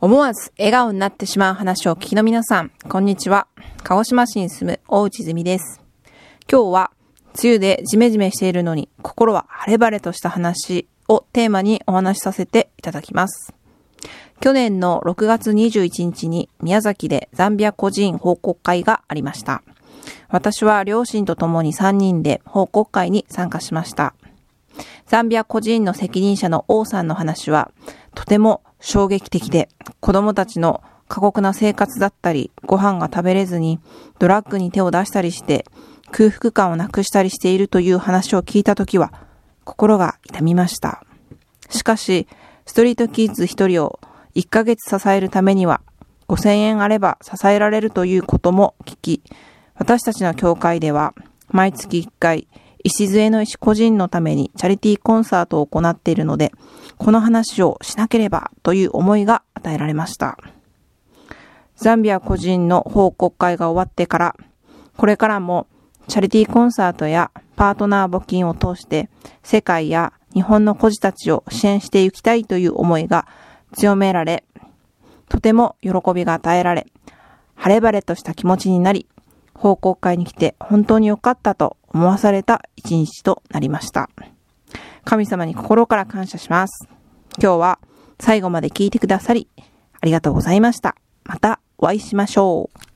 思わず笑顔になってしまう話をお聞きの皆さん、こんにちは。鹿児島市に住む大内泉です。今日は梅雨でジメジメしているのに心は晴れ晴れとした話をテーマにお話しさせていただきます。去年の6月21日に宮崎でザンビア孤児院報告会がありました。私は両親と共に3人で報告会に参加しました。ザンビア孤児院の責任者の王さんの話はとても衝撃的で、子供たちの過酷な生活だったり、ご飯が食べれずにドラッグに手を出したりして空腹感をなくしたりしているという話を聞いたときは心が痛みました。しかしストリートキッズ一人を1ヶ月支えるためには5000円あれば支えられるということも聞き、私たちの教会では毎月1回礎の石孤児院のためにチャリティーコンサートを行っているので、この話をしなければという思いが与えられました。ザンビア孤児院の報告会が終わってから、これからもチャリティーコンサートやパートナー募金を通して世界や日本の孤児たちを支援していきたいという思いが強められ、とても喜びが与えられ、晴れ晴れとした気持ちになり、報告会に来て本当に良かったと思わされた一日となりました。神様に心から感謝します。今日は最後まで聞いてくださりありがとうございました。またお会いしましょう。